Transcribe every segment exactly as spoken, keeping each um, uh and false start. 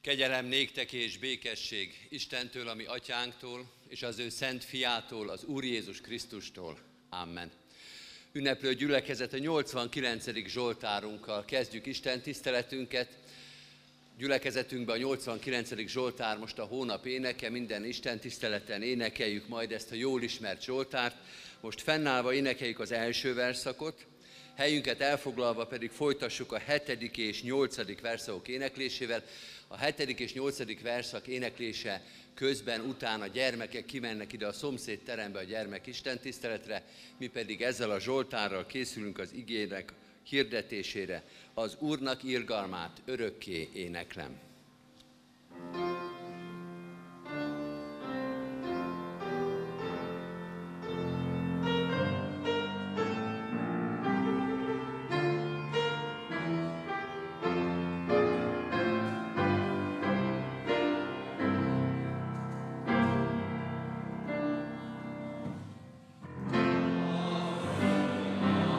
Kegyelem néktek és békesség Istentől, a mi atyánktól, és az ő szent fiától, az Úr Jézus Krisztustól. Amen. Ünneplő gyülekezet, a nyolcvankilencedik Zsoltárunkkal kezdjük Isten tiszteletünket. Gyülekezetünkben a nyolcvankilencedik Zsoltár most a hónap éneke, minden Isten tiszteleten énekeljük majd ezt a jól ismert Zsoltárt. Most fennállva énekeljük az első verszakot, helyünket elfoglalva pedig folytassuk a hetedik és nyolcadik verszakok éneklésével. A hetedik és nyolcadik verszak éneklése közben utána a gyermekek kimennek ide a szomszéd terembe a gyermek istentiszteletre, mi pedig ezzel a Zsoltárral készülünk az igének hirdetésére. Az Úrnak irgalmát örökké éneklem.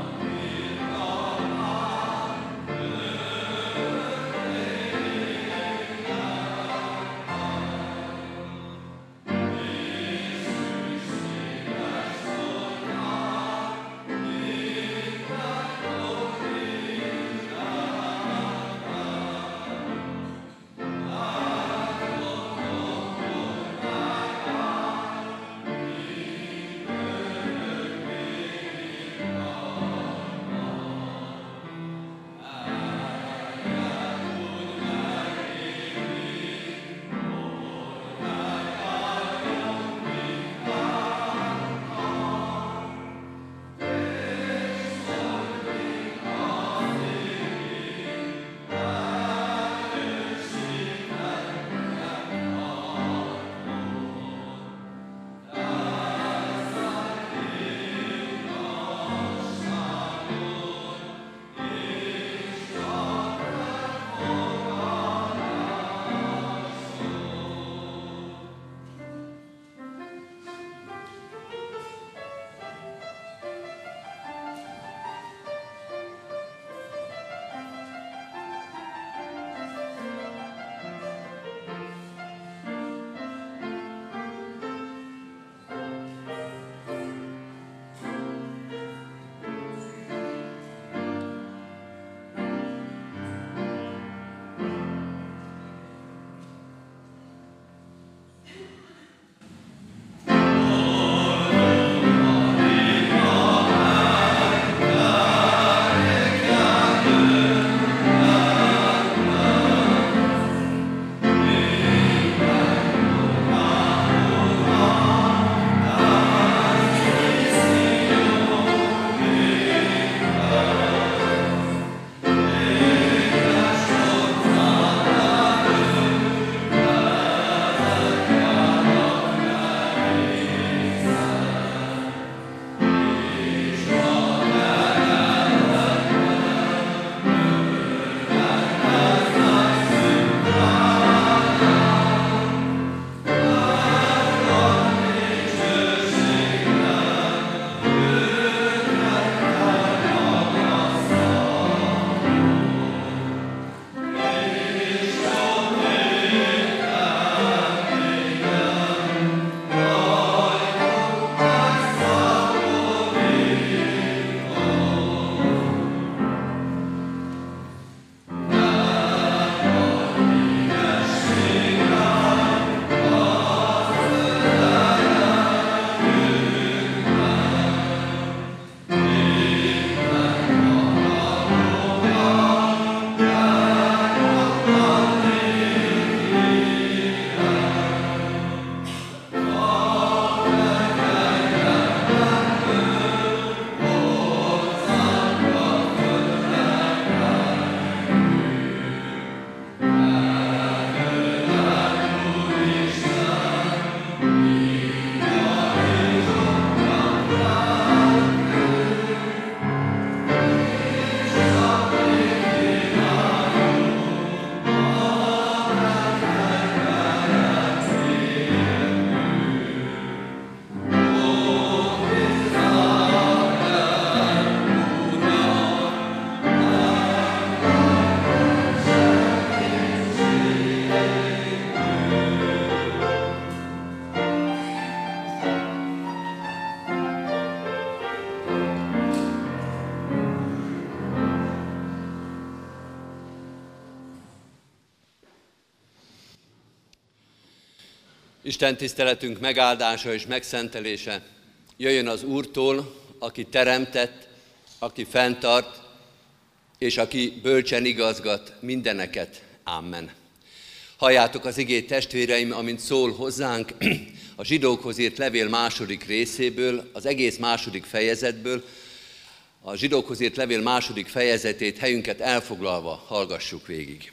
Amen. Isten tiszteletünk megáldása és megszentelése jöjjön az Úrtól, aki teremtett, aki fenntart, és aki bölcsen igazgat mindeneket. Amen. Halljátok az igét, testvéreim, amint szól hozzánk a Zsidókhoz írt levél második részéből, az egész második fejezetből. A Zsidókhoz írt levél második fejezetét helyünket elfoglalva hallgassuk végig.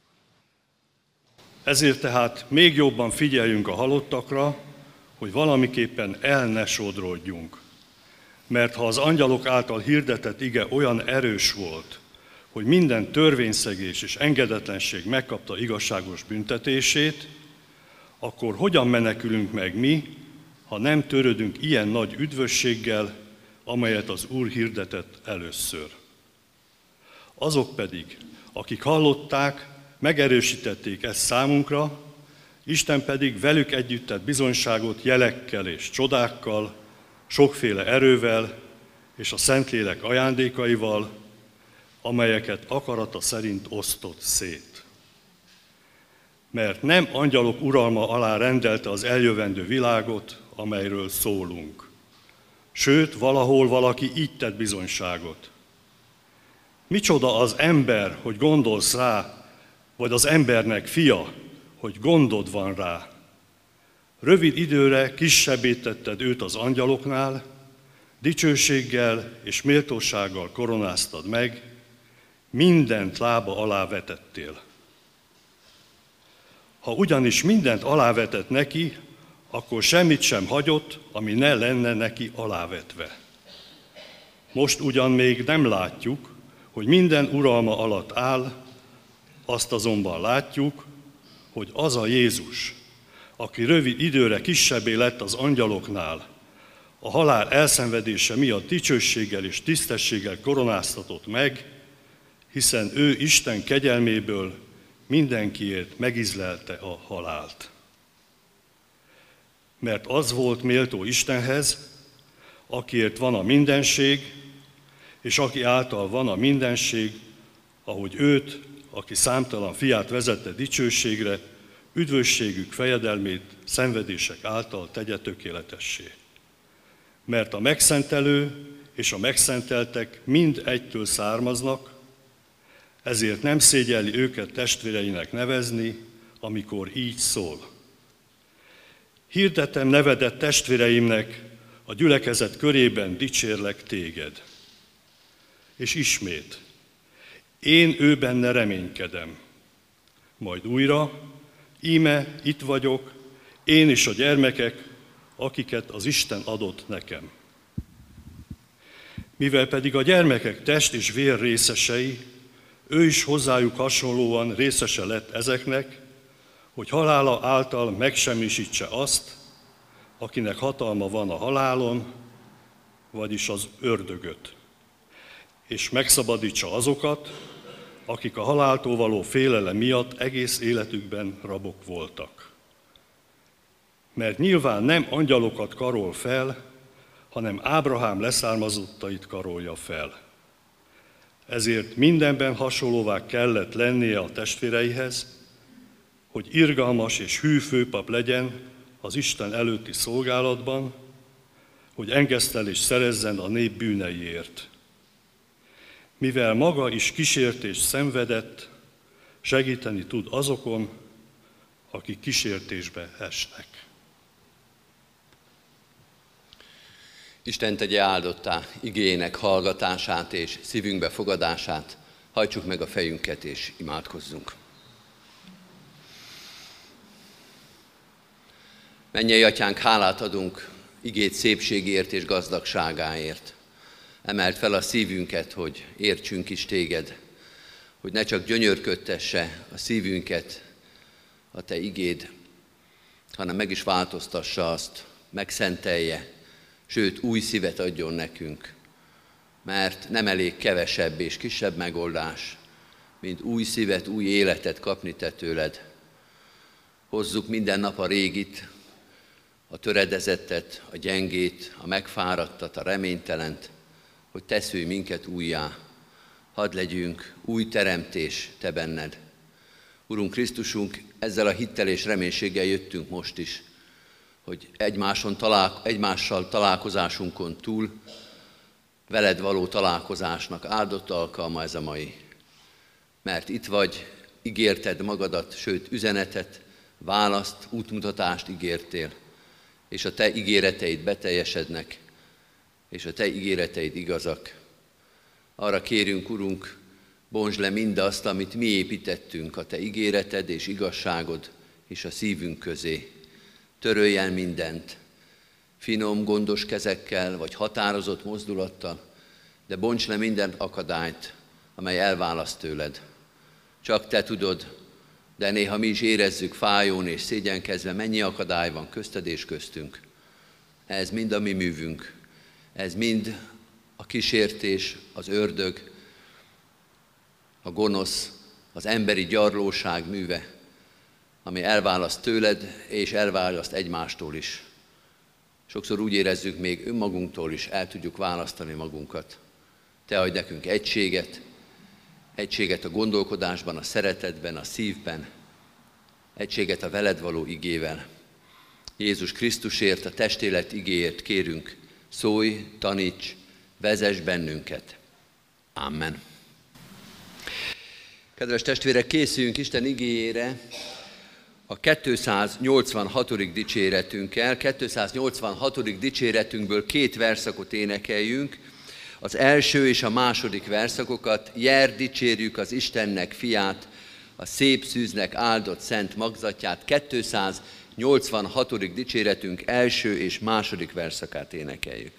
Ezért tehát még jobban figyeljünk a halottakra, hogy valamiképpen el ne sodródjunk. Mert ha az angyalok által hirdetett ige olyan erős volt, hogy minden törvényszegés és engedetlenség megkapta igazságos büntetését, akkor hogyan menekülünk meg mi, ha nem törődünk ilyen nagy üdvösséggel, amelyet az Úr hirdetett először. Azok pedig, akik hallották, megerősítették ezt számunkra, Isten pedig velük együtt tett bizonyságot jelekkel és csodákkal, sokféle erővel és a Szentlélek ajándékaival, amelyeket akarata szerint osztott szét. Mert nem angyalok uralma alá rendelte az eljövendő világot, amelyről szólunk. Sőt, valahol valaki így tett bizonyságot. Micsoda az ember, hogy gondolsz rá, vagy az embernek fia, hogy gondod van rá. Rövid időre kisebbé tetted őt az angyaloknál, dicsőséggel és méltósággal koronáztad meg, mindent lába alá vetettél. Ha ugyanis mindent alávetett neki, akkor semmit sem hagyott, ami ne lenne neki alávetve. Most ugyan még nem látjuk, hogy minden uralma alatt áll, azt azonban látjuk, hogy az a Jézus, aki rövid időre kisebbé lett az angyaloknál, a halál elszenvedése miatt dicsőséggel és tisztességgel koronáztatott meg, hiszen ő Isten kegyelméből mindenkiért megizlelte a halált. Mert az volt méltó Istenhez, akiért van a mindenség, és aki által van a mindenség, ahogy őt, aki számtalan fiát vezette dicsőségre, üdvösségük fejedelmét szenvedések által tegye tökéletessé. Mert a megszentelő és a megszenteltek mind egytől származnak, ezért nem szégyelli őket testvéreinek nevezni, amikor így szól. Hirdetem nevedet testvéreimnek, a gyülekezet körében dicsérlek téged. És ismét, én ő benne reménykedem. Majd újra, íme itt vagyok, én és a gyermekek, akiket az Isten adott nekem. Mivel pedig a gyermekek test és vér részesei, ő is hozzájuk hasonlóan részese lett ezeknek, hogy halála által megsemmisítse azt, akinek hatalma van a halálon, vagyis az ördögöt, és megszabadítsa azokat, akik a haláltól való félelem miatt egész életükben rabok voltak. Mert nyilván nem angyalokat karol fel, hanem Ábrahám leszármazottait karolja fel. Ezért mindenben hasonlóvá kellett lennie a testvéreihez, hogy irgalmas és hű főpap legyen az Isten előtti szolgálatban, hogy engesztelést szerezzen a nép bűneiért. Mivel maga is kísértést szenvedett, segíteni tud azokon, akik kísértésbe esnek. Isten tegye áldottá igének hallgatását és szívünkbe fogadását. Hajtsuk meg a fejünket és imádkozzunk. Mennyei Atyánk, hálát adunk igét szépségért és gazdagságáért. Emeld fel a szívünket, hogy értsünk is téged, hogy ne csak gyönyörködtesse a szívünket a te igéd, hanem meg is változtassa azt, megszentelje, sőt új szívet adjon nekünk, mert nem elég kevesebb és kisebb megoldás, mint új szívet, új életet kapni te tőled. Hozzuk minden nap a régit, a töredezettet, a gyengét, a megfáradtat, a reménytelent, hogy te szülj minket újjá. Hadd legyünk új teremtés te benned. Urunk Krisztusunk, ezzel a hittel és reménységgel jöttünk most is. hogy egymáson talál, egymással találkozásunkon túl veled való találkozásnak áldott alkalma ez a mai. Mert itt vagy, ígérted magadat, sőt üzenetet, választ, útmutatást ígértél, és a te ígéreteid beteljesednek, és a te ígéreteid igazak. Arra kérünk, Urunk, bontsd le mindazt, amit mi építettünk a te ígéreted és igazságod és a szívünk közé. Törölj el mindent, finom, gondos kezekkel vagy határozott mozdulattal, de bonts le minden akadályt, amely elválaszt tőled. Csak te tudod, de néha mi is érezzük fájón és szégyenkezve, mennyi akadály van közted és köztünk. Ez mind a mi művünk, ez mind a kísértés, az ördög, a gonosz, az emberi gyarlóság műve, ami elválaszt tőled és elválaszt egymástól is. Sokszor úgy érezzük, még önmagunktól is el tudjuk választani magunkat. Te adj nekünk egységet, egységet a gondolkodásban, a szeretetben, a szívben, egységet a veled való igével. Jézus Krisztusért, a testélet igéért kérünk, szólj, taníts, vezess bennünket. Amen. Kedves testvérek, készüljünk Isten igéjére a kétszáznyolcvanhatodik dicséretünkkel. kétszáznyolcvanhatodik dicséretünkből két verszakot énekeljünk. Az első és a második verszakokat: Jár, dicsérjük az Istennek fiát, a szép szűznek áldott szent magzatját. kétszáznyolcvanhatodik dicséretünk első és második verszakát énekeljük.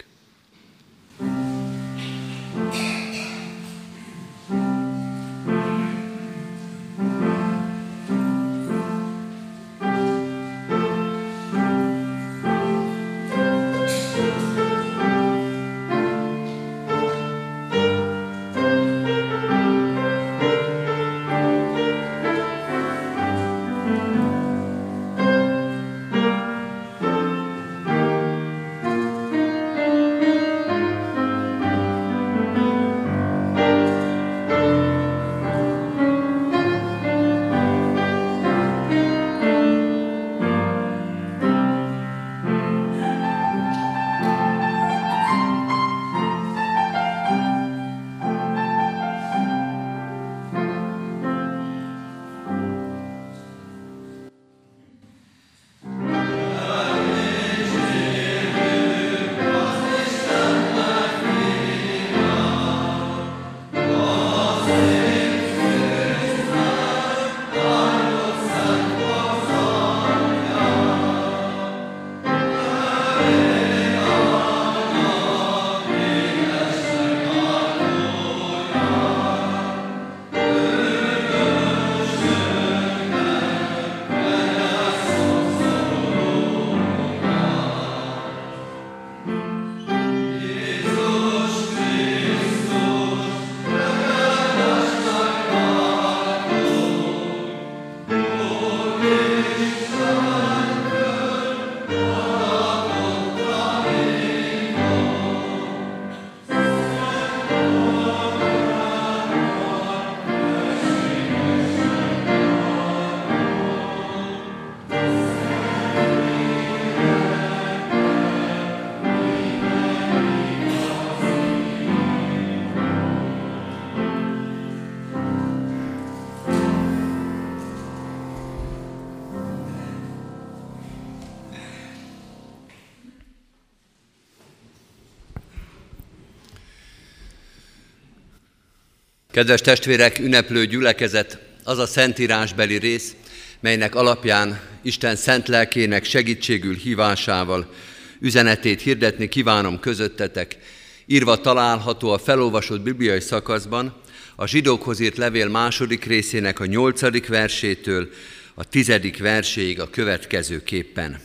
Kedves testvérek, ünneplő gyülekezet, az a szentírásbeli rész, melynek alapján Isten szent lelkének segítségül hívásával üzenetét hirdetni kívánom közöttetek, írva található a felolvasott bibliai szakaszban, a zsidókhoz írt levél második részének a nyolcadik versétől a tizedik verséig a következőképpen.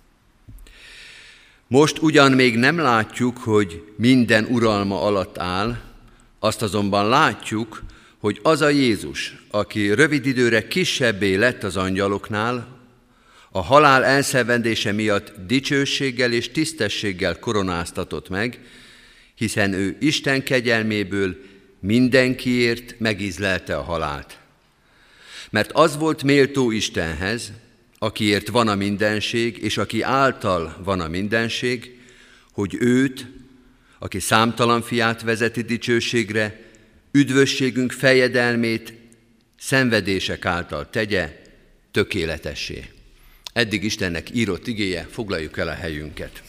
Most ugyan még nem látjuk, hogy minden uralma alatt áll, azt azonban látjuk, hogy az a Jézus, aki rövid időre kisebbé lett az angyaloknál, a halál elszenvedése miatt dicsőséggel és tisztességgel koronáztatott meg, hiszen ő Isten kegyelméből mindenkiért megízlelte a halált. Mert az volt méltó Istenhez, akiért van a mindenség, és aki által van a mindenség, hogy őt, aki számtalan fiát vezeti dicsőségre, üdvösségünk fejedelmét szenvedések által tegye tökéletessé. Eddig Istennek írott igéje, foglaljuk el a helyünket.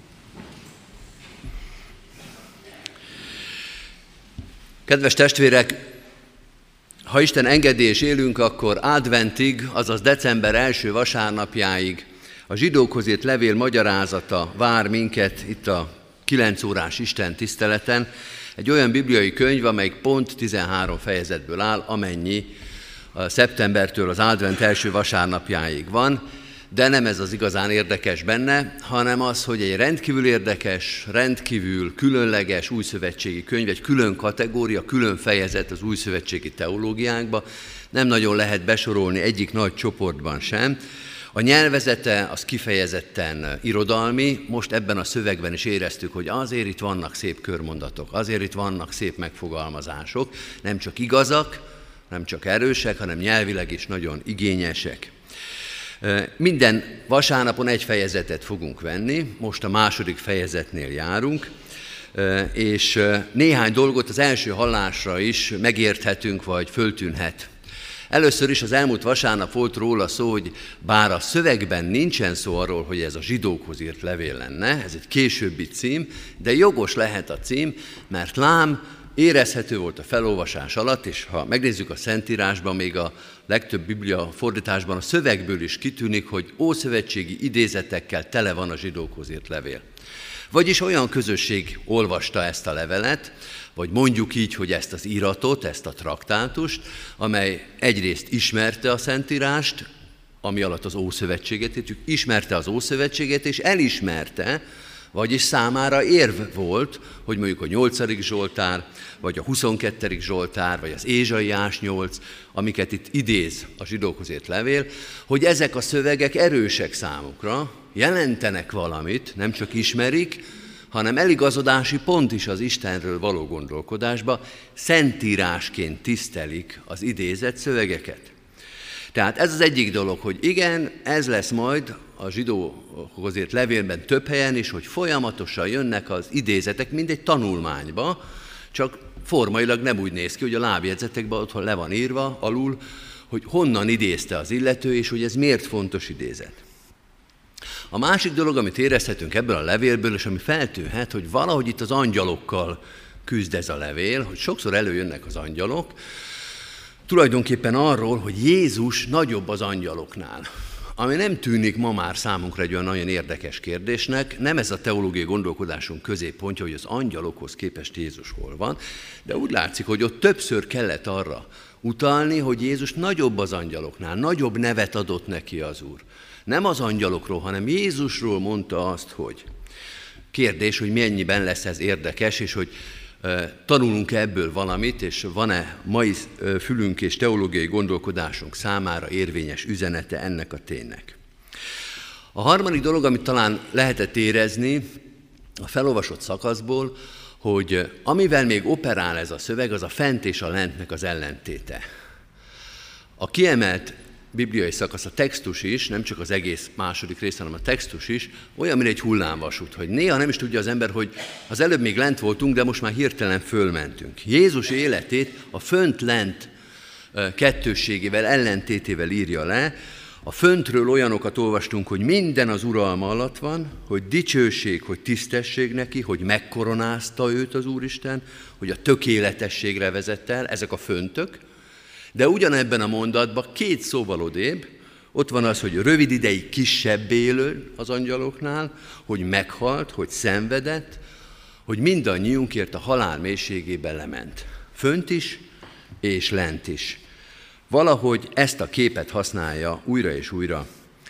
Kedves testvérek, ha Isten engedi és élünk, akkor adventig, azaz december első vasárnapjáig a zsidókhoz írt levél magyarázata vár minket itt a kilenc órás Isten tiszteleten. Egy olyan bibliai könyv, amelyik pont tizenhárom fejezetből áll, amennyi a szeptembertől az advent első vasárnapjáig van, de nem ez az igazán érdekes benne, hanem az, hogy egy rendkívül érdekes, rendkívül különleges újszövetségi könyv, egy külön kategória, külön fejezet az újszövetségi teológiánkba, nem nagyon lehet besorolni egyik nagy csoportban sem. A nyelvezete az kifejezetten irodalmi, most ebben a szövegben is éreztük, hogy azért itt vannak szép körmondatok, azért itt vannak szép megfogalmazások, nem csak igazak, nem csak erősek, hanem nyelvileg is nagyon igényesek. Minden vasárnapon egy fejezetet fogunk venni, most a második fejezetnél járunk, és néhány dolgot az első hallásra is megérthetünk, vagy föltűnhet. Először is az elmúlt vasárnap volt róla szó, hogy bár a szövegben nincsen szó arról, hogy ez a zsidókhoz írt levél lenne, ez egy későbbi cím, de jogos lehet a cím, mert lám, érezhető volt a felolvasás alatt, és ha megnézzük a Szentírásban, még a legtöbb biblia fordításban a szövegből is kitűnik, hogy ószövetségi idézetekkel tele van a zsidókhoz írt levél. Vagyis olyan közösség olvasta ezt a levelet, vagy mondjuk így, hogy ezt az íratot, ezt a traktátust, amely egyrészt ismerte a Szentírást, ami alatt az Ószövetséget értjük, ismerte az Ószövetséget, és elismerte, vagyis számára érv volt, hogy mondjuk a nyolcadik Zsoltár, vagy a huszonkettedik Zsoltár, vagy az Ézsaiás nyolc, amiket itt idéz a zsidókhoz írt levél, hogy ezek a szövegek erősek számukra, jelentenek valamit, nem csak ismerik, hanem eligazodási pont is az Istenről való gondolkodásba, szentírásként tisztelik az idézett szövegeket. Tehát ez az egyik dolog, hogy igen, ez lesz majd a zsidókhoz írt levélben több helyen is, hogy folyamatosan jönnek az idézetek, mint egy tanulmányba, csak formailag nem úgy néz ki, hogy a lábjegyzetekben otthon le van írva alul, hogy honnan idézte az illető, és hogy ez miért fontos idézet. A másik dolog, amit érezhetünk ebből a levélből, és ami feltűnhet, hogy valahogy itt az angyalokkal küzd ez a levél, hogy sokszor előjönnek az angyalok, tulajdonképpen arról, hogy Jézus nagyobb az angyaloknál. Ami nem tűnik ma már számunkra egy olyan nagyon érdekes kérdésnek, nem ez a teológiai gondolkodásunk középpontja, hogy az angyalokhoz képest Jézus hol van, de úgy látszik, hogy ott többször kellett arra utalni, hogy Jézus nagyobb az angyaloknál, nagyobb nevet adott neki az Úr. Nem az angyalokról, hanem Jézusról mondta azt, hogy kérdés, hogy mennyiben lesz ez érdekes, és hogy tanulunk ebből valamit, és van-e mai fülünk és teológiai gondolkodásunk számára érvényes üzenete ennek a ténynek. A harmadik dolog, amit talán lehetett érezni a felolvasott szakaszból, hogy amivel még operál ez a szöveg, az a fent és a lentnek az ellentéte. A kiemelt bibliai szakasz, a textus is, nem csak az egész második rész, hanem a textus is, olyan, mint egy hullámvasút, hogy néha nem is tudja az ember, hogy az előbb még lent voltunk, de most már hirtelen fölmentünk. Jézus életét a fönt-lent kettősségével, ellentétével írja le. A föntről olyanokat olvastunk, hogy minden az uralma alatt van, hogy dicsőség, hogy tisztesség neki, hogy megkoronázta őt az Úristen, hogy a tökéletességre vezet el, ezek a föntök. De ugyanebben a mondatban két szóval odébb, ott van az, hogy rövid ideig kisebb élő az angyaloknál, hogy meghalt, hogy szenvedett, hogy mindannyiunkért a halál mélységébe lement. Fönt is és lent is. Valahogy ezt a képet használja újra és újra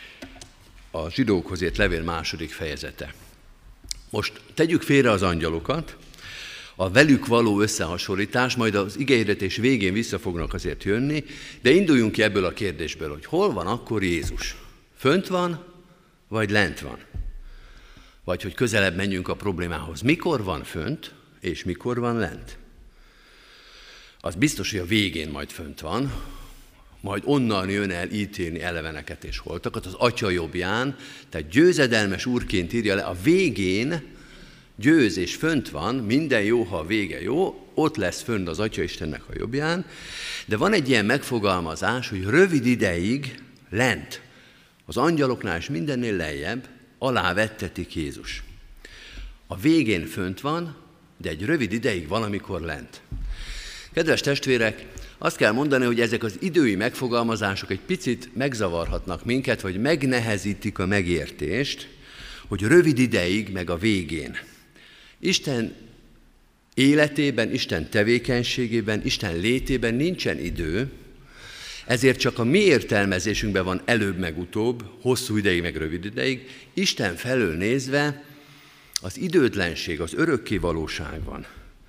a zsidókhoz írt levél második fejezete. Most tegyük félre az angyalokat, a velük való összehasonlítás, majd az igehirdetés végén vissza fognak azért jönni, de induljunk ki ebből a kérdésből, hogy hol van akkor Jézus? Fönt van, vagy lent van? Vagy hogy közelebb menjünk a problémához. Mikor van fönt, és mikor van lent? Az biztos, hogy a végén majd fönt van, majd onnan jön el ítélni eleveneket és holtakat, az Atya jobbján, tehát győzedelmes úrként írja le, a végén győz és fönt van, minden jó, ha a vége jó, ott lesz fönt az Atya Istennek a jobbján, de van egy ilyen megfogalmazás, hogy rövid ideig lent, az angyaloknál és mindennél lejjebb alávettetik Jézus. A végén fönt van, de egy rövid ideig valamikor lent. Kedves testvérek, azt kell mondani, hogy ezek az idői megfogalmazások egy picit megzavarhatnak minket, vagy megnehezítik a megértést, hogy rövid ideig, meg a végén. Isten életében, Isten tevékenységében, Isten létében nincsen idő, ezért csak a mi értelmezésünkben van előbb meg utóbb, hosszú ideig meg rövid ideig. Isten felől nézve az időtlenség, az örökké valóság van.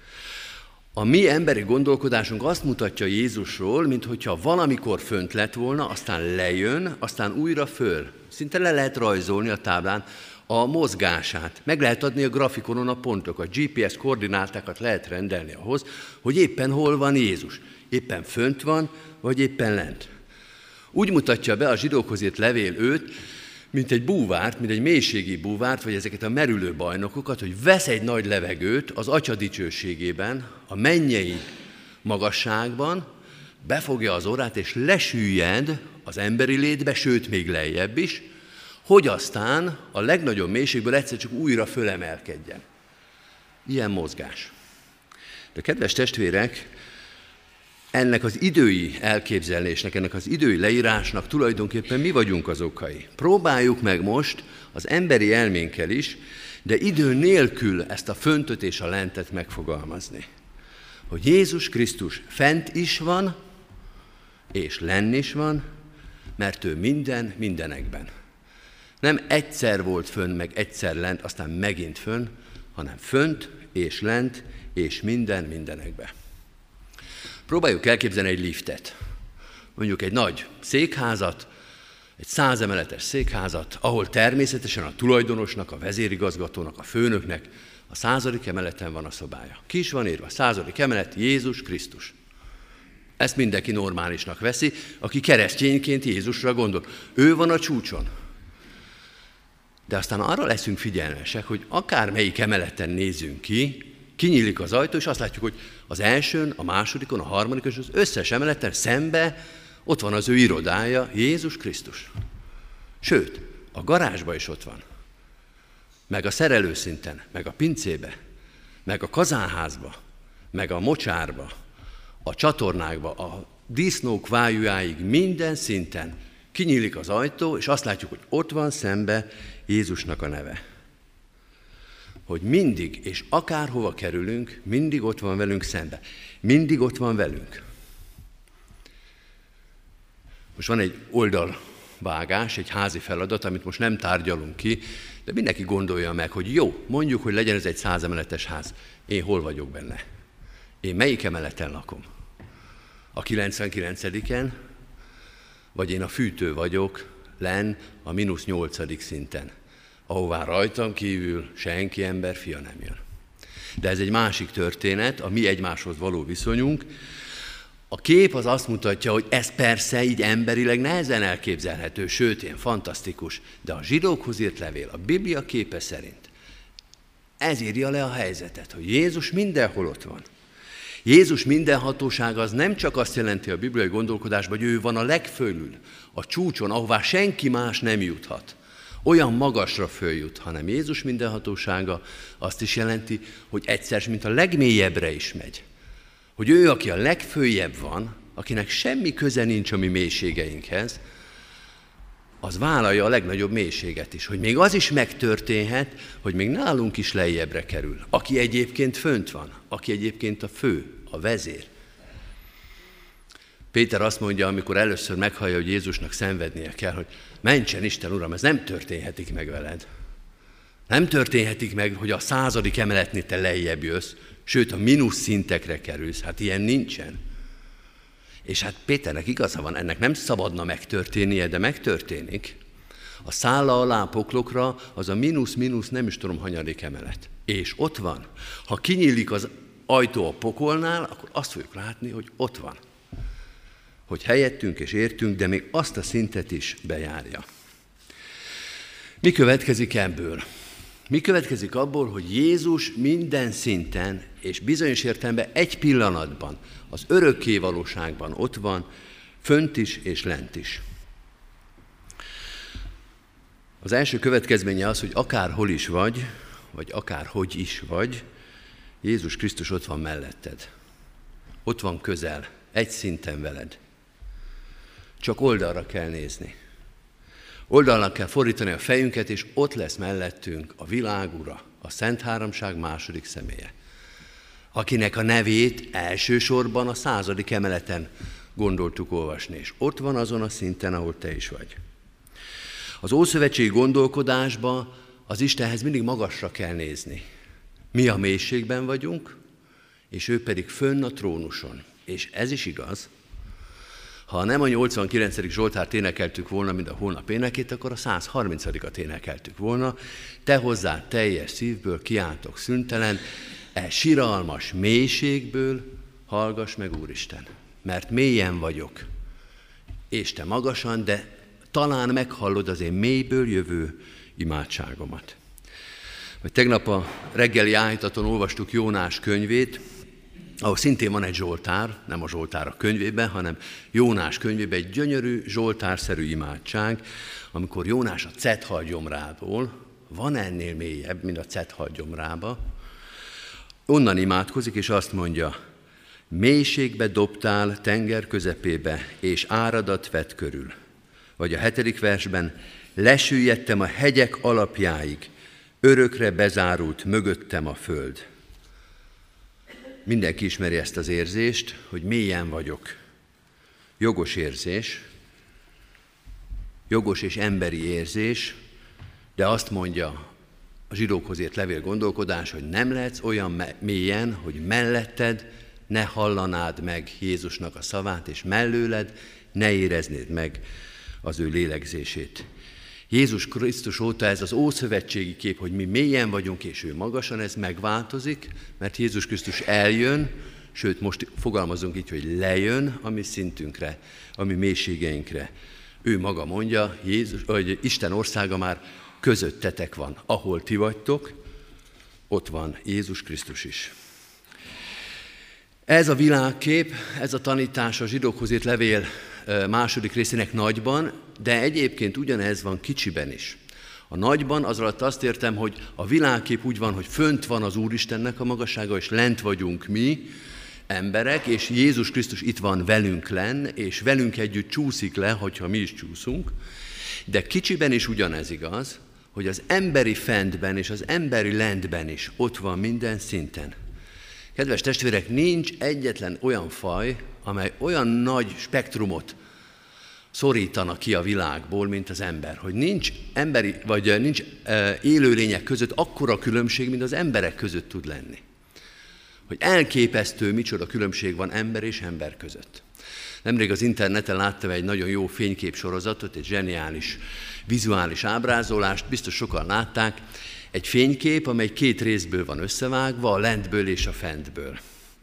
A mi emberi gondolkodásunk azt mutatja Jézusról, minthogyha valamikor fönt lett volna, aztán lejön, aztán újra föl. Szinte le lehet rajzolni a táblán a mozgását. Meg lehet adni a grafikonon a pontokat, gé pé es koordinátákat lehet rendelni ahhoz, hogy éppen hol van Jézus. Éppen fönt van, vagy éppen lent. Úgy mutatja be a zsidókhoz írt levél őt, mint egy búvárt, mint egy mélységi búvárt, vagy ezeket a merülő bajnokokat, hogy vesz egy nagy levegőt az Atya dicsőségében, a mennyei magasságban, befogja az orrát, és lesüllyed az emberi létbe, sőt, még lejjebb is, hogy aztán a legnagyobb mélységből egyszer csak újra fölemelkedjen. Ilyen mozgás. De kedves testvérek, ennek az idői elképzelésnek, ennek az idői leírásnak tulajdonképpen mi vagyunk az okai. Próbáljuk meg most az emberi elménkkel is, de idő nélkül ezt a föntöt és a lentet megfogalmazni. Hogy Jézus Krisztus fent is van, és lenn is van, mert ő minden mindenekben. Nem egyszer volt fönn, meg egyszer lent, aztán megint fönn, hanem fönt és lent, és minden mindenekben. Próbáljuk elképzelni egy liftet, mondjuk egy nagy székházat, egy százemeletes székházat, ahol természetesen a tulajdonosnak, a vezérigazgatónak, a főnöknek a századik emeleten van a szobája. Ki is van írva, a századik emelet Jézus Krisztus. Ezt mindenki normálisnak veszi, aki keresztényként Jézusra gondol. Ő van a csúcson. De aztán arra leszünk figyelmesek, hogy akármelyik emeleten nézzünk ki, kinyílik az ajtó, és azt látjuk, hogy az elsőn, a másodikon, a harmadikon, és az összes emeleten szembe ott van az ő irodája, Jézus Krisztus. Sőt, a garázsban is ott van. Meg a szerelőszinten, meg a pincébe, meg a kazánházba, meg a mocsárba, a csatornákba, a disznók vájújáig minden szinten kinyílik az ajtó, és azt látjuk, hogy ott van szembe Jézusnak a neve. Hogy mindig, és akárhova kerülünk, mindig ott van velünk szembe. Mindig ott van velünk. Most van egy oldalvágás, egy házi feladat, amit most nem tárgyalunk ki, de mindenki gondolja meg, hogy jó, mondjuk, hogy legyen ez egy százemeletes ház. Én hol vagyok benne? Én melyik emeleten lakom? A kilencvenkilencediken? Vagy én a fűtő vagyok, len a mínusz nyolcadik szinten, ahová rajtam kívül senki emberfia nem jön. De ez egy másik történet, a mi egymáshoz való viszonyunk. A kép az azt mutatja, hogy ez persze így emberileg nehezen elképzelhető, sőt, ilyen fantasztikus, de a zsidókhoz írt levél, a Biblia képe szerint ez írja le a helyzetet, hogy Jézus mindenhol ott van. Jézus mindenhatósága az nem csak azt jelenti a bibliai gondolkodásban, hogy ő van a legfölül, a csúcson, ahová senki más nem juthat. Olyan magasra följut, hanem Jézus mindenhatósága azt is jelenti, hogy egyszer, mint a legmélyebbre is megy. Hogy ő, aki a legföljebb van, akinek semmi köze nincs a mi mélységeinkhez, az vállalja a legnagyobb mélységet is. Hogy még az is megtörténhet, hogy még nálunk is lejjebbre kerül. Aki egyébként fönt van, aki egyébként a fő, a vezér. Péter azt mondja, amikor először meghallja, hogy Jézusnak szenvednie kell, hogy mentsen Isten, Uram, ez nem történhetik meg veled. Nem történhetik meg, hogy a századik emeletnél te lejjebb jössz, sőt a mínusz szintekre kerülsz. Hát ilyen nincsen. És hát Péternek igaza van, ennek nem szabadna megtörténnie, de megtörténik. A szálla alá poklokra az a mínusz-mínusz nem is tudom hanyadik emelet. És ott van. Ha kinyílik az ajtó a pokolnál, akkor azt fogjuk látni, hogy ott van. hogy helyettünk és értünk, de még azt a szintet is bejárja. Mi következik ebből? Mi következik abból, hogy Jézus minden szinten és bizonyos értelemben egy pillanatban, az örökké valóságban ott van, fönt is és lent is. Az első következménye az, hogy akárhol is vagy, vagy akárhogy is vagy, Jézus Krisztus ott van melletted. Ott van közel, egy szinten veled. Csak oldalra kell nézni. Oldalnak kell fordítani a fejünket, és ott lesz mellettünk a világ ura, a Szent Háromság második személye, akinek a nevét elsősorban a századik emeleten gondoltuk olvasni, és ott van azon a szinten, ahol te is vagy. Az ószövetségi gondolkodásban az Istenhez mindig magasra kell nézni. Mi a mélységben vagyunk, és ő pedig fönn a trónuson. És ez is igaz. Ha nem a nyolcvankilencedik Zsoltárt énekeltük volna, mint a holnap énekét, akkor a száz harmincadikat énekeltük volna. Te hozzá teljes szívből kiáltok szüntelen, e siralmas mélységből hallgass meg, Úristen, mert mélyen vagyok, és te magasan, de talán meghallod az én mélyből jövő imádságomat. Vagy tegnap a reggeli áhítaton olvastuk Jónás könyvét, ahol szintén van egy zsoltár, nem a zsoltár a könyvében, hanem Jónás könyvében egy gyönyörű zsoltárszerű imádság, amikor Jónás a cethal gyomrából, van ennél mélyebb, mint a cethal gyomrába, onnan imádkozik, és azt mondja, mélységbe dobtál tenger közepébe, és áradat vett körül. Vagy a hetedik versben, lesüllyedtem a hegyek alapjáig, örökre bezárult mögöttem a föld. Mindenki ismeri ezt az érzést, hogy mélyen vagyok. Jogos érzés, jogos és emberi érzés, de azt mondja a zsidókhoz írt levél gondolkodás, hogy nem lehetsz olyan mélyen, hogy melletted ne hallanád meg Jézusnak a szavát, és mellőled ne éreznéd meg az ő lélegzését. Jézus Krisztus óta ez az ószövetségi kép, hogy mi mélyen vagyunk, és ő magasan, ez megváltozik, mert Jézus Krisztus eljön, sőt most fogalmazunk így, hogy lejön a mi szintünkre, a mi mélységeinkre. Ő maga mondja, Jézus, hogy Isten országa már közöttetek van. Ahol ti vagytok, ott van Jézus Krisztus is. Ez a világkép, ez a tanítás a zsidókhoz írt levél második részének nagyban, de egyébként ugyanez van kicsiben is. A nagyban az alatt azt értem, hogy a világkép úgy van, hogy fönt van az Úristennek a magassága, és lent vagyunk mi, emberek, és Jézus Krisztus itt van velünk lenn, és velünk együtt csúszik le, hogyha mi is csúszunk. De kicsiben is ugyanez igaz, hogy az emberi fentben és az emberi lentben is ott van minden szinten. Kedves testvérek, nincs egyetlen olyan faj, amely olyan nagy spektrumot szorítana ki a világból, mint az ember. Hogy nincs emberi, vagy nincs élőlények között akkora különbség, mint az emberek között tud lenni. Hogy elképesztő, micsoda különbség van ember és ember között. Nemrég az interneten láttam egy nagyon jó fényképsorozatot, egy zseniális vizuális ábrázolást, biztos sokan látták, egy fénykép, amely két részből van összevágva, a lentből és a fentből.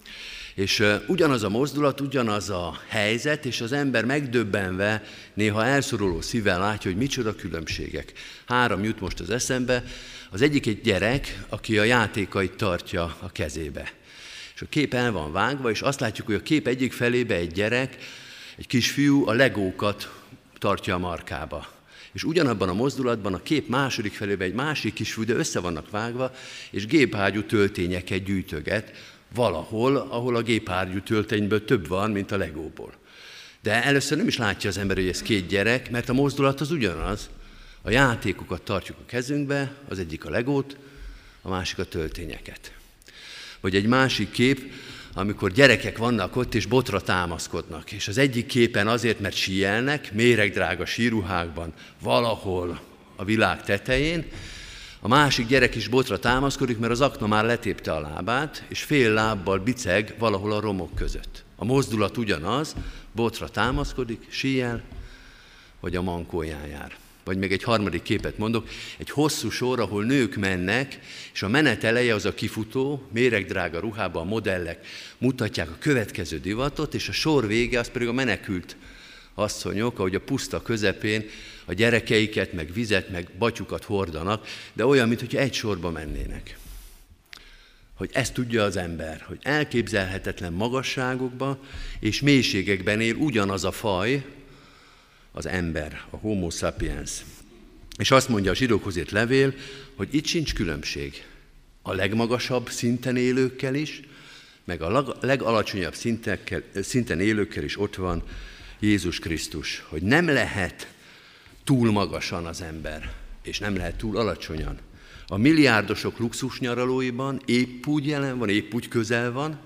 És uh, ugyanaz a mozdulat, ugyanaz a helyzet, és az ember megdöbbenve, néha elszoruló szívvel látja, hogy micsoda különbségek. Három jut most az eszembe. Az egyik egy gyerek, aki a játékait tartja a kezébe. És a kép el van vágva, és azt látjuk, hogy a kép egyik felébe egy gyerek, egy kisfiú a legókat tartja a markába. És ugyanabban a mozdulatban a kép második felébe egy másik kisfiú, de össze vannak vágva, és gépágyú töltényeket gyűjtöget valahol, ahol a gépágyú töltényből több van, mint a legóból. De először nem is látja az ember, hogy ez két gyerek, mert a mozdulat az ugyanaz. A játékokat tartjuk a kezünkbe, az egyik a legót, a másik a töltényeket. Vagy egy másik kép, amikor gyerekek vannak ott, és botra támaszkodnak. És az egyik képen azért, mert síelnek, méregdrága síruhákban, valahol a világ tetején, a másik gyerek is botra támaszkodik, mert az akna már letépte a lábát, és fél lábbal biceg valahol a romok között. A mozdulat ugyanaz, botra támaszkodik, síel, vagy a mankóján jár. Vagy még egy harmadik képet mondok, egy hosszú sor, ahol nők mennek, és a menet eleje az a kifutó, méregdrága ruhában a modellek mutatják a következő divatot, és a sor vége az pedig a menekült asszonyok, ahogy a puszta közepén a gyerekeiket, meg vizet, meg batyukat hordanak, de olyan, mintha egy sorba mennének. Hogy ezt tudja az ember, hogy elképzelhetetlen magasságokban és mélységekben él ugyanaz a faj, az ember, a homo sapiens. És azt mondja a zsidókhoz írt levél, hogy itt sincs különbség. A legmagasabb szinten élőkkel is, meg a legalacsonyabb szintekkel, szinten élőkkel is ott van Jézus Krisztus. Hogy nem lehet túl magasan az ember, és nem lehet túl alacsonyan. A milliárdosok luxus nyaralóiban épp úgy jelen van, épp úgy közel van,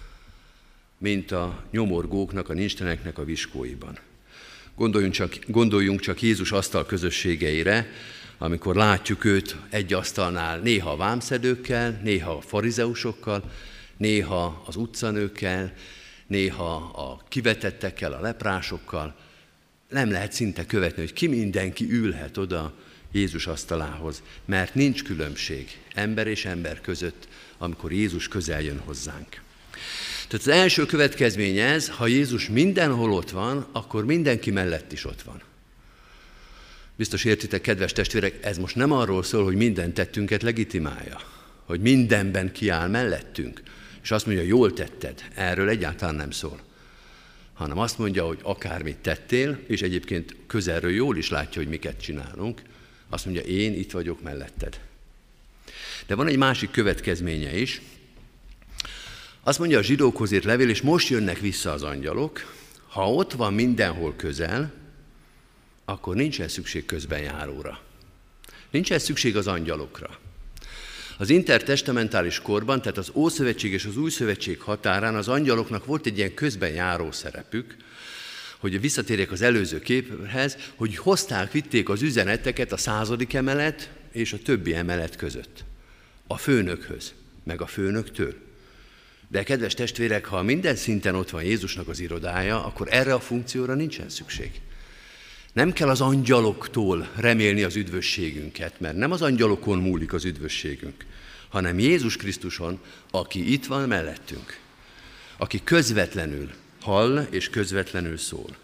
mint a nyomorgóknak, a nincsteneknek a viskóiban. Gondoljunk csak, gondoljunk csak Jézus asztal közösségeire, amikor látjuk őt egy asztalnál, néha a vámszedőkkel, néha a farizeusokkal, néha az utcanőkkel, néha a kivetettekkel, a leprásokkal. Nem lehet szinte követni, hogy ki mindenki ülhet oda Jézus asztalához, mert nincs különbség ember és ember között, amikor Jézus közel jön hozzánk. Tehát az első következmény ez, ha Jézus mindenhol ott van, akkor mindenki mellett is ott van. Biztos értitek, kedves testvérek, ez most nem arról szól, hogy minden tettünket legitimálja, hogy mindenben kiáll mellettünk, és azt mondja, jól tetted, erről egyáltalán nem szól, hanem azt mondja, hogy akármit tettél, és egyébként közelről jól is látja, hogy miket csinálunk, azt mondja, én itt vagyok melletted. De van egy másik következménye is. Azt mondja a zsidókhoz írt levél, és most jönnek vissza az angyalok, ha ott van mindenhol közel, akkor nincsen szükség közbenjáróra. Nincsen szükség az angyalokra. Az intertestamentális korban, tehát az Ószövetség és az Új Szövetség határán az angyaloknak volt egy ilyen közbenjáró szerepük, hogy visszatérjek az előző képhez, hogy hozták, vitték az üzeneteket a századik emelet és a többi emelet között. A főnökhöz, meg a főnöktől. De kedves testvérek, ha minden szinten ott van Jézusnak az irodája, akkor erre a funkcióra nincsen szükség. Nem kell az angyaloktól remélni az üdvösségünket, mert nem az angyalokon múlik az üdvösségünk, hanem Jézus Krisztuson, aki itt van mellettünk, aki közvetlenül hall és közvetlenül szól.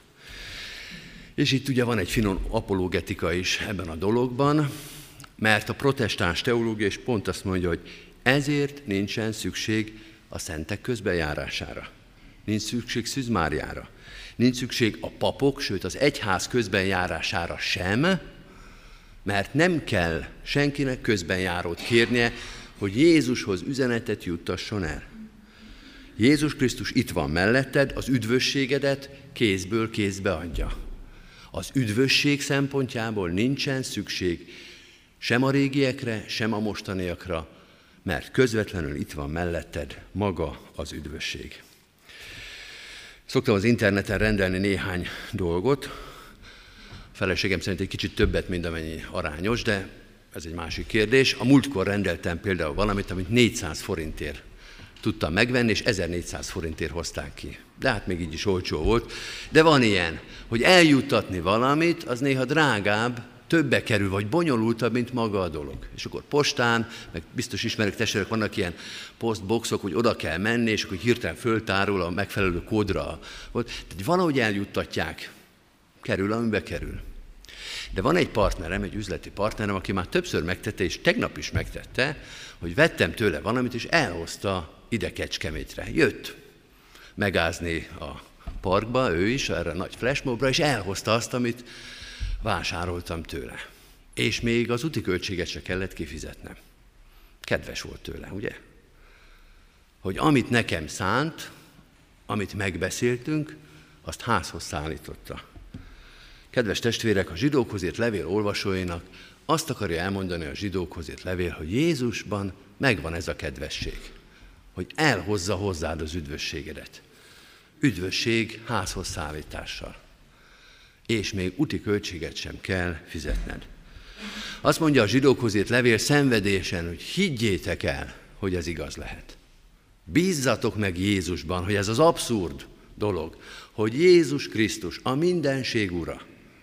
És itt ugye van egy finom apologetika is ebben a dologban, mert a protestáns teológia is pont azt mondja, hogy ezért nincsen szükség a szentek közbenjárására. Nincs szükség szüzmárjára. Nincs szükség a papok, sőt az egyház közbenjárására sem, mert nem kell senkinek közbenjárót kérnie, hogy Jézushoz üzenetet juttasson el. Jézus Krisztus itt van melletted, az üdvösségedet kézből kézbe adja. Az üdvösség szempontjából nincsen szükség sem a régiekre, sem a mostaniakra, mert közvetlenül itt van melletted maga az üdvösség. Szoktam az interneten rendelni néhány dolgot, a feleségem szerint egy kicsit többet, mint amennyi arányos, de ez egy másik kérdés. A múltkor rendeltem például valamit, amit négyszáz forintért tudtam megvenni, és ezernégyszáz forintért hozták ki. De hát még így is olcsó volt. De van ilyen, hogy eljuttatni valamit, az néha drágább, többe kerül, vagy bonyolultabb, mint maga a dolog. És akkor postán, meg biztos ismerek testvérek, vannak ilyen postboxok, hogy oda kell menni, és akkor hirtelen föltárul a megfelelő kódra. Tehát valahogy eljuttatják, kerül, amibe kerül. De van egy partnerem, egy üzleti partnerem, aki már többször megtette, és tegnap is megtette, hogy vettem tőle valamit, és elhozta ide Kecskemétre. Jött megázni a parkba, ő is, erre a nagy flashmobra, és elhozta azt, amit vásároltam tőle. És még az úti költséget se kellett kifizetnem. Kedves volt tőle, ugye? Hogy amit nekem szánt, amit megbeszéltünk, azt házhoz szállította. Kedves testvérek, a zsidókhoz írt levél olvasóinak azt akarja elmondani a zsidókhoz írt levél, hogy Jézusban megvan ez a kedvesség, hogy elhozza hozzád az üdvösségedet. Üdvösség házhoz szállítással. És még úti költséget sem kell fizetned. Azt mondja a zsidókhoz írt levél szenvedésen, hogy higgyétek el, hogy ez igaz lehet. Bízzatok meg Jézusban, hogy ez az abszurd dolog, hogy Jézus Krisztus, a mindenség ura,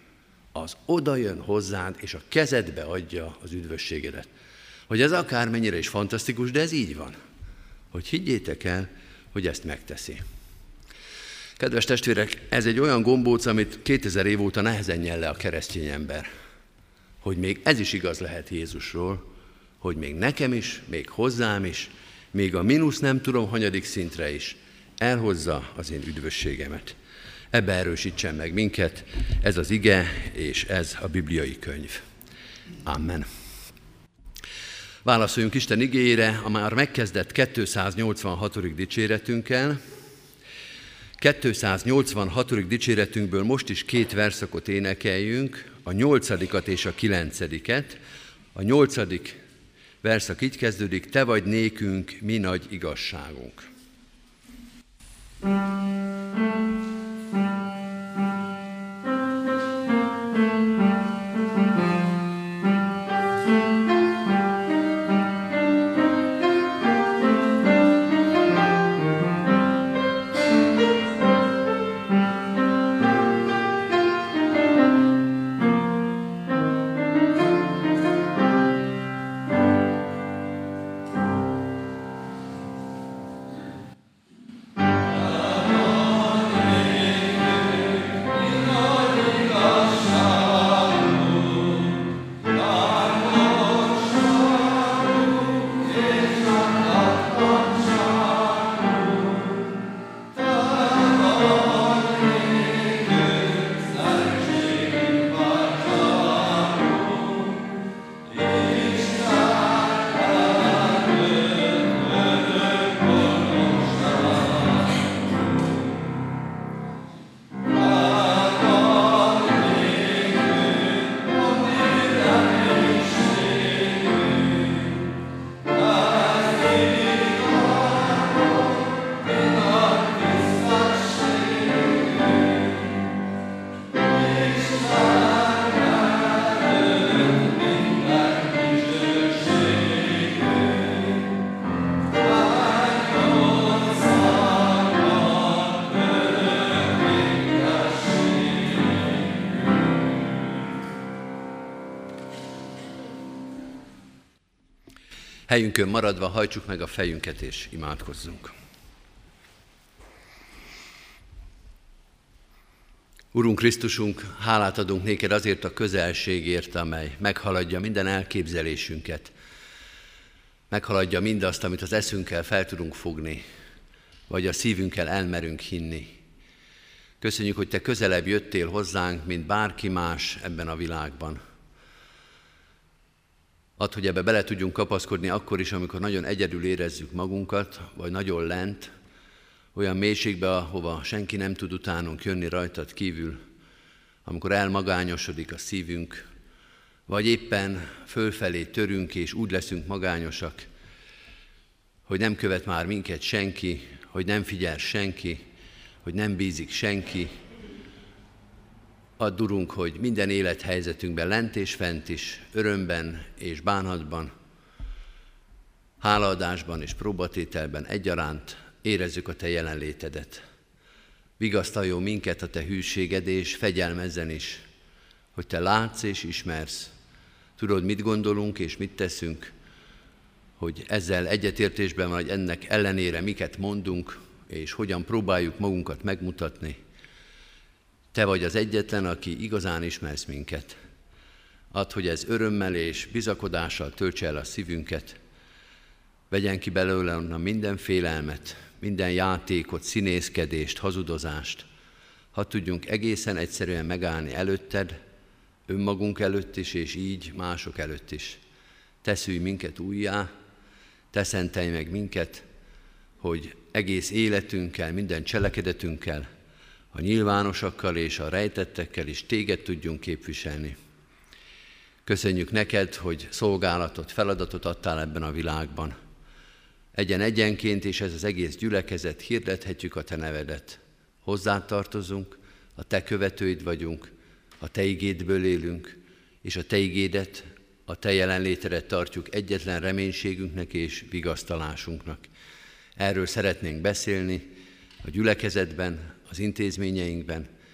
az oda jön hozzád, és a kezedbe adja az üdvösségedet. Hogy ez akármennyire is fantasztikus, de ez így van. Hogy higgyétek el, hogy ezt megteszi. Kedves testvérek, ez egy olyan gombóc, amit kétezer év óta nehezen nyel le a keresztény ember. Hogy még ez is igaz lehet Jézusról, hogy még nekem is, még hozzám is, még a mínusz nem tudom hanyadik szintre is elhozza az én üdvösségemet. Ebbe erősítsen meg minket ez az ige, és ez a bibliai könyv. Amen. Válaszoljunk Isten igéjére a már megkezdett kétszáznyolcvanhatodik dicséretünkkel. kétszáznyolcvanhatodik dicséretünkből most is két verszakot énekeljünk, a nyolcadikat és a kilencediket. A nyolcadik verszak így kezdődik: Te vagy nékünk, mi nagy igazságunk. Helyünkön maradva hajtsuk meg a fejünket és imádkozzunk. Urunk Krisztusunk, hálát adunk néked azért a közelségért, amely meghaladja minden elképzelésünket, meghaladja mindazt, amit az eszünkkel fel tudunk fogni, vagy a szívünkkel elmerünk hinni. Köszönjük, hogy Te közelebb jöttél hozzánk, mint bárki más ebben a világban. Add, hogy ebbe bele tudjunk kapaszkodni akkor is, amikor nagyon egyedül érezzük magunkat, vagy nagyon lent, olyan mélységbe, ahova senki nem tud utánunk jönni rajtad kívül, amikor elmagányosodik a szívünk, vagy éppen fölfelé törünk, és úgy leszünk magányosak, hogy nem követ már minket senki, hogy nem figyel senki, hogy nem bízik senki. Add, Urunk, hogy minden élethelyzetünkben, lent és fent is, örömben és bánatban, hálaadásban és próbatételben egyaránt érezzük a Te jelenlétedet. Vigasztaljon minket a Te hűséged, és fegyelmezzen is, hogy Te látsz és ismersz. Tudod, mit gondolunk és mit teszünk, hogy ezzel egyetértésben vagy ennek ellenére miket mondunk, és hogyan próbáljuk magunkat megmutatni. Te vagy az egyetlen, aki igazán ismersz minket. Add, hogy ez örömmel és bizakodással töltse el a szívünket. Vegyen ki belőle minden félelmet, minden játékot, színészkedést, hazudozást. Hadd tudjunk egészen egyszerűen megállni előtted, önmagunk előtt is, és így mások előtt is. Te szülj minket újjá, Te szentelj meg minket, hogy egész életünkkel, minden cselekedetünkkel, a nyilvánosakkal és a rejtettekkel is Téged tudjunk képviselni. Köszönjük neked, hogy szolgálatot, feladatot adtál ebben a világban. Egyen egyenként, és ez az egész gyülekezet, hirdethetjük a Te nevedet. Hozzád tartozunk, a Te követőid vagyunk, a Te igédből élünk, és a Te igédet, a Te jelenlétedet tartjuk egyetlen reménységünknek és vigasztalásunknak. Erről szeretnénk beszélni a gyülekezetben, az intézményeinkben,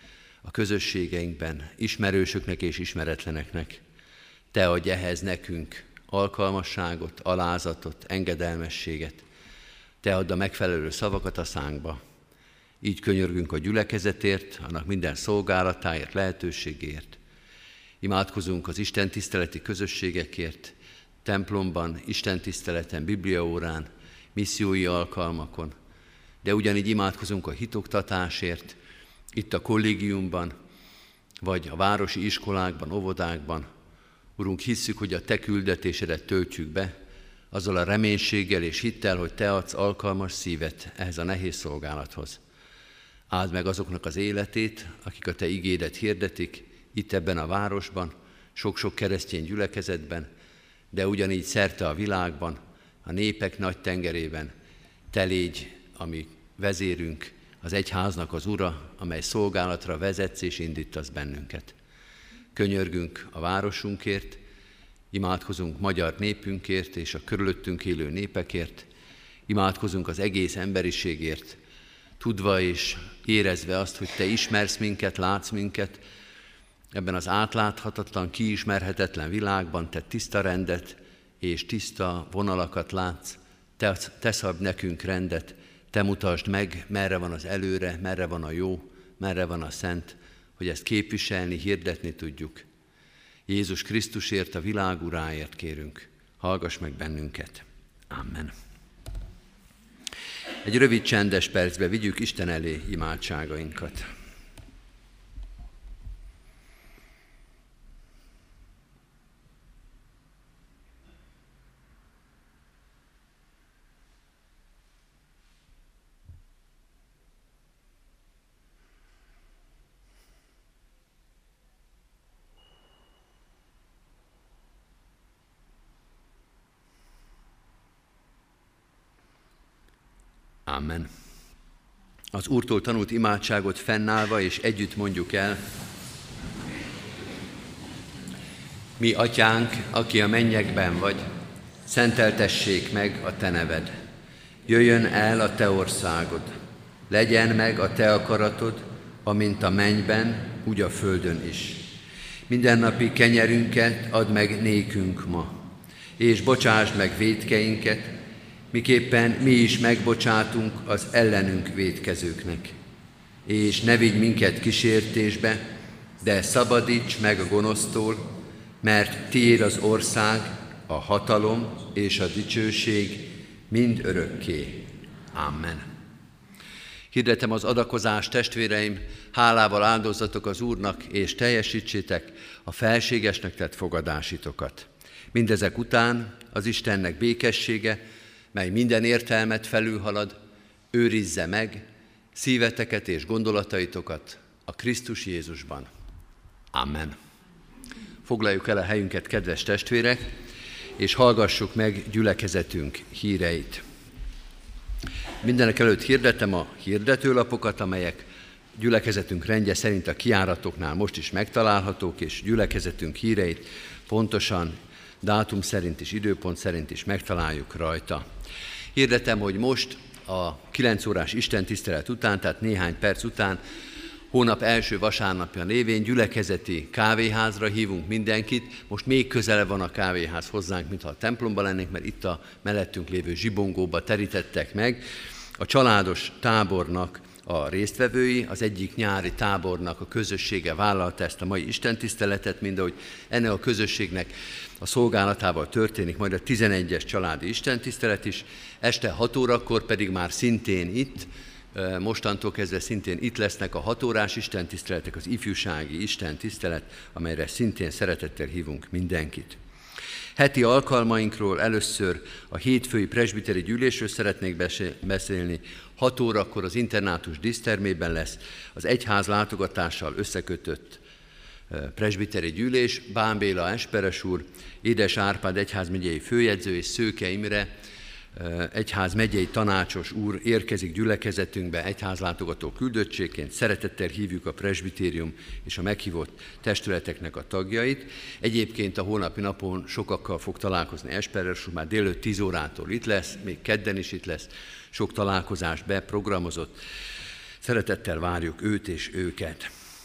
a közösségeinkben, ismerősöknek és ismeretleneknek. Te adj ehhez nekünk alkalmasságot, alázatot, engedelmességet. Te add a megfelelő szavakat a szánkba. Így könyörgünk a gyülekezetért, annak minden szolgálatáért, lehetőségért. Imádkozunk az istentiszteleti közösségekért, templomban, istentiszteleten, bibliaórán, missziói alkalmakon, de ugyanígy imádkozunk a hitoktatásért, itt a kollégiumban, vagy a városi iskolákban, óvodákban. Urunk, hisszük, hogy a Te küldetésedet töltjük be, azzal a reménységgel és hittel, hogy Te adsz alkalmas szívet ehhez a nehéz szolgálathoz. Áld meg azoknak az életét, akik a Te igédet hirdetik, itt ebben a városban, sok-sok keresztény gyülekezetben, de ugyanígy szerte a világban, a népek nagy tengerében. Te légy a mi vezérünk, az egyháznak az ura, amely szolgálatra vezetsz és indítasz bennünket. Könyörgünk a városunkért, imádkozunk magyar népünkért és a körülöttünk élő népekért, imádkozunk az egész emberiségért, tudva és érezve azt, hogy Te ismersz minket, látsz minket, ebben az átláthatatlan, kiismerhetetlen világban Te tiszta rendet és tiszta vonalakat látsz, Te, te szabd nekünk rendet, Te mutasd meg, merre van az előre, merre van a jó, merre van a szent, hogy ezt képviselni, hirdetni tudjuk. Jézus Krisztusért, a világ uráért kérünk, hallgass meg bennünket. Amen. Egy rövid csendes percbe vigyük Isten elé imádságainkat. Amen. Az Úrtól tanult imádságot fennállva és együtt mondjuk el. Mi atyánk, aki a mennyekben vagy, szenteltessék meg a te neved. Jöjjön el a te országod. Legyen meg a te akaratod, amint a mennyben, úgy a földön is. Mindennapi kenyerünket add meg nékünk ma, és bocsásd meg vétkeinket, miképpen mi is megbocsátunk az ellenünk vétkezőknek. És ne vigy minket kísértésbe, de szabadíts meg a gonosztól, mert tiéd az ország, a hatalom és a dicsőség mind örökké. Amen. Hirdetem az adakozást, testvéreim, hálával áldozzatok az Úrnak, és teljesítsétek a felségesnek tett fogadásitokat. Mindezek után az Istennek békessége, mely minden értelmet felülhalad, őrizze meg szíveteket és gondolataitokat a Krisztus Jézusban. Amen. Foglaljuk el a helyünket, kedves testvérek, és hallgassuk meg gyülekezetünk híreit. Mindenek előtt hirdetem a hirdetőlapokat, amelyek gyülekezetünk rendje szerint a kijáratoknál most is megtalálhatók, és gyülekezetünk híreit pontosan dátum szerint és időpont szerint is megtaláljuk rajta. Hirdetem, hogy most a kilenc órás istentisztelet után, tehát néhány perc után, hónap első vasárnapja névén gyülekezeti kávéházra hívunk mindenkit. Most még közelebb van a kávéház hozzánk, mintha a templomban lennénk, mert itt a mellettünk lévő zsibongóba terítettek meg. A családos tábornak a résztvevői, az egyik nyári tábornak a közössége vállalta ezt a mai istentiszteletet, mindahogy ennek a közösségnek a szolgálatával történik majd a tizenegyes családi istentisztelet is. Este hat órakor pedig már szintén itt, mostantól kezdve szintén itt lesznek a hat órás istentiszteletek, az ifjúsági istentisztelet, amelyre szintén szeretettel hívunk mindenkit. Heti alkalmainkról először a hétfői presbiteri gyűlésről szeretnék beszélni. hat órakor az internátus dísztermében lesz az egyház látogatással összekötött presbiteri gyűlés. Bán Béla esperes úr, Édes Árpád egyházmegyei főjegyző és Szőke Imre egyházmegyei tanácsos úr érkezik gyülekezetünkbe egyházlátogató küldöttségként. Szeretettel hívjuk a presbitérium és a meghívott testületeknek a tagjait. Egyébként a holnapi napon sokakkal fog találkozni esperes úr, már délelőtt tíz órától itt lesz, még kedden is itt lesz, sok találkozást beprogramozott. Szeretettel várjuk őt és őket.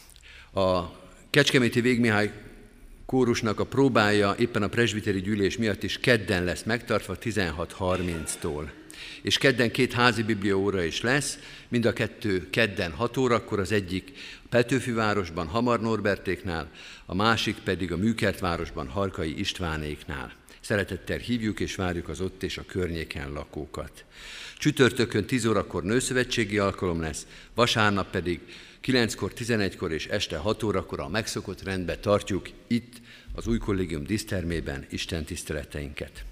A Kecskeméti Végmihály kórusnak a próbája éppen a presbiteri gyűlés miatt is kedden lesz megtartva tizenhat harminctól. És kedden két házi biblia óra is lesz, mind a kettő kedden hat órakor, az egyik a Petőfivárosban, Hamar Norbertéknál, a másik pedig a Műkertvárosban, Harkai Istvánéknál. Szeretettel hívjuk és várjuk az ott és a környéken lakókat. Csütörtökön tíz órakor nőszövetségi alkalom lesz, vasárnap pedig kilenckor, tizenegykor és este hat órakor a megszokott rendben tartjuk itt az új kollégium dísztermében Isten tiszteleteinket.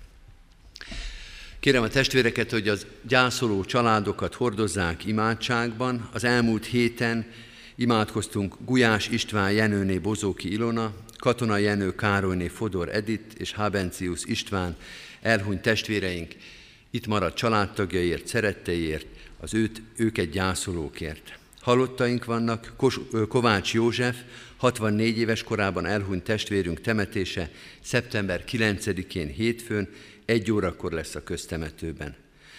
Kérem a testvéreket, hogy az gyászoló családokat hordozzák imádságban. Az elmúlt héten imádkoztunk Gulyás István Jenőné Bozóki Ilona, Katona Jenő Károlyné Fodor Edith és Habencius István elhunyt testvéreink itt maradt családtagjaiért, szeretteiért, az őt, őket gyászolókért. Halottaink vannak, Kovács József, hatvannégy éves korában elhunyt testvérünk temetése szeptember kilencedikén hétfőn, egy órakor lesz a köztemetőben.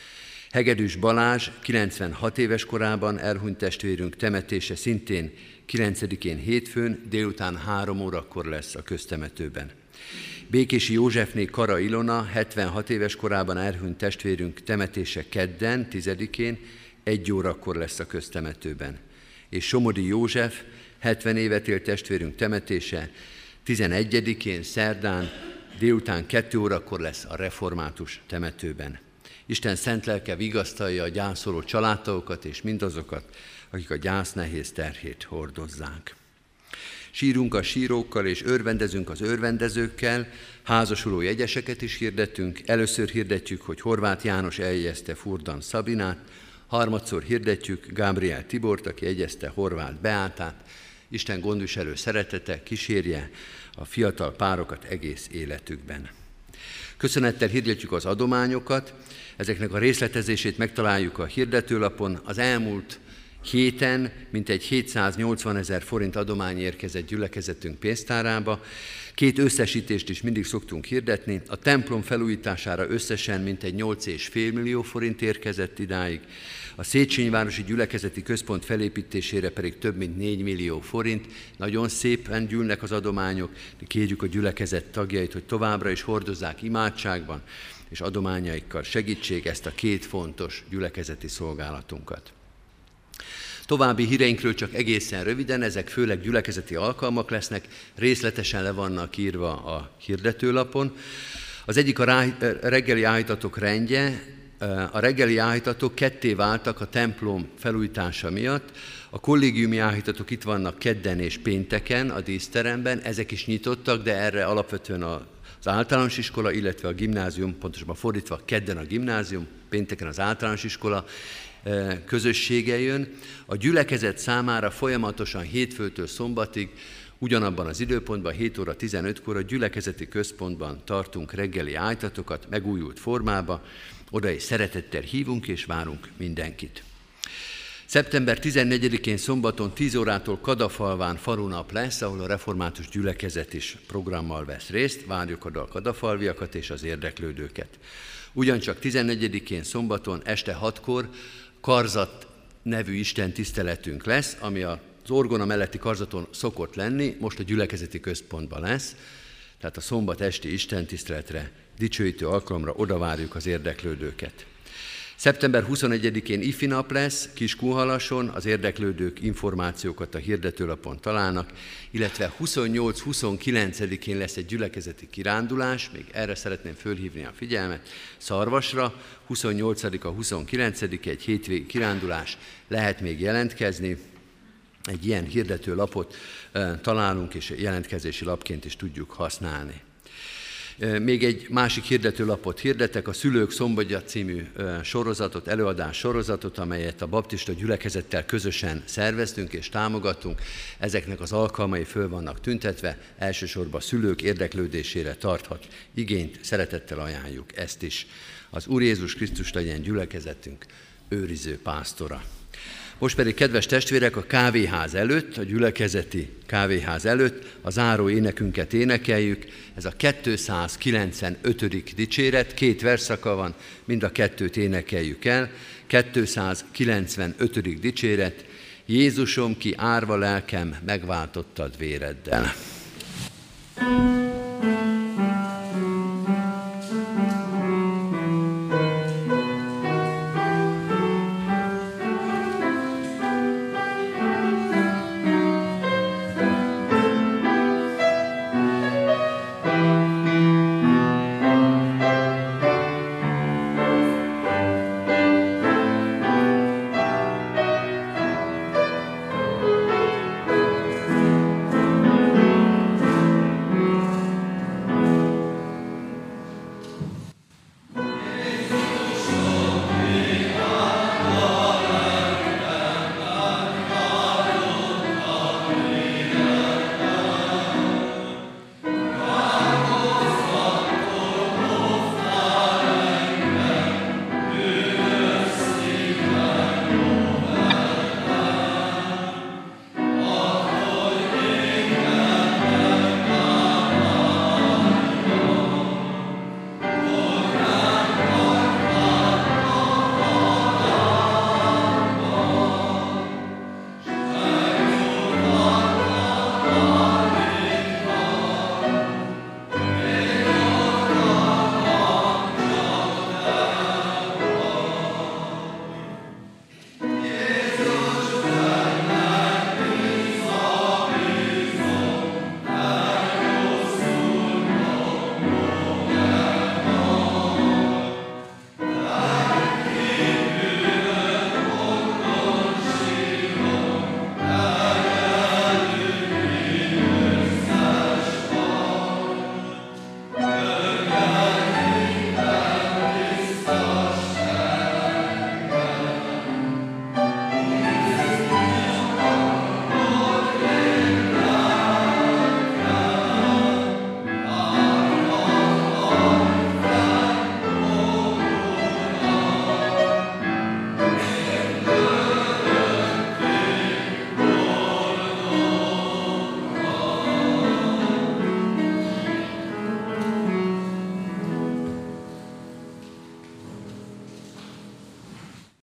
Hegedűs Balázs, kilencvenhat éves korában elhunyt testvérünk temetése szintén kilencedikén hétfőn, délután három órakor lesz a köztemetőben. Békési Józsefné Kara Ilona, hetvenhat éves korában elhunyt testvérünk temetése kedden, tizedikén, egy órakor lesz a köztemetőben. És Somodi József, hetven évet élt testvérünk temetése tizenegyedikén, szerdán, délután kettő órakor lesz a református temetőben. Isten szent lelke vigasztalja a gyászoló családtagokat és mindazokat, akik a gyász nehéz terhét hordozzák. Sírunk a sírókkal és örvendezünk az örvendezőkkel, házasuló jegyeseket is hirdettünk. Először hirdetjük, hogy Horváth János eljegyezte Furdan Szabinát, harmadszor hirdetjük Gábriel Tibort, aki jegyezte Horváth Beátát. Isten gondviselő szeretete kísérje a fiatal párokat egész életükben. Köszönettel hirdetjük az adományokat, ezeknek a részletezését megtaláljuk a hirdetőlapon. Az elmúlt héten mintegy hétszáznyolcvan ezer forint adomány érkezett gyülekezetünk pénztárába. Két összesítést is mindig szoktunk hirdetni. A templom felújítására összesen mintegy nyolc egész öt millió forint érkezett idáig. A Széchenyi Városi Gyülekezeti Központ felépítésére pedig több mint négy millió forint. Nagyon szépen gyűlnek az adományok, de kérjük a gyülekezet tagjait, hogy továbbra is hordozzák imádságban, és adományaikkal segítsék ezt a két fontos gyülekezeti szolgálatunkat. További híreinkről csak egészen röviden, ezek főleg gyülekezeti alkalmak lesznek, részletesen le vannak írva a hirdetőlapon. Az egyik a reggeli áhítatok rendje. A reggeli áhítatok ketté váltak a templom felújítása miatt. A kollégiumi áhítatok itt vannak kedden és pénteken a díszteremben, ezek is nyitottak, de erre alapvetően az általános iskola, illetve a gimnázium, pontosabban fordítva kedden a gimnázium, pénteken az általános iskola közössége jön. A gyülekezet számára folyamatosan hétfőtől szombatig, ugyanabban az időpontban, hét óra tizenötkor a gyülekezeti központban tartunk reggeli ájtatokat, megújult formába, oda is szeretettel hívunk és várunk mindenkit. szeptember tizennegyedikén szombaton tíz órától Kadafalván falunap lesz, ahol a református gyülekezet is programmal vesz részt, várjuk oda a kadafalviakat és az érdeklődőket. Ugyancsak tizennegyedikén szombaton este hatkor karzat nevű Isten tiszteletünk lesz, ami az orgona melletti karzaton szokott lenni, most a gyülekezeti központban lesz, tehát a szombat esti Isten tiszteletre, dicsőítő alkalomra oda várjuk az érdeklődőket. szeptember huszonegyedikén ifi nap lesz Kiskunhalason, az érdeklődők információkat a hirdetőlapon találnak, illetve huszonnyolc-huszonkilencedikén lesz egy gyülekezeti kirándulás, még erre szeretném fölhívni a figyelmet, Szarvasra, huszonnyolcadika huszonkilencedike egy hétvégi kirándulás, lehet még jelentkezni, egy ilyen hirdetőlapot találunk, és jelentkezési lapként is tudjuk használni. Még egy másik hirdetőlapot hirdetek, a Szülők Szombatja című sorozatot, előadás sorozatot, amelyet a baptista gyülekezettel közösen szerveztünk és támogatunk. Ezeknek az alkalmai föl vannak tüntetve, elsősorban a szülők érdeklődésére tarthat igényt, szeretettel ajánljuk ezt is. Az Úr Jézus Krisztus legyen gyülekezetünk őriző pásztora. Most pedig, kedves testvérek, a kávéház előtt, a gyülekezeti kávéház előtt a záró énekünket énekeljük. Ez a kétszázkilencvenötödik dicséret, két versszaka van, mind a kettőt énekeljük el. kétszázkilencvenötödik dicséret, Jézusom, ki árva lelkem, megváltottad véreddel.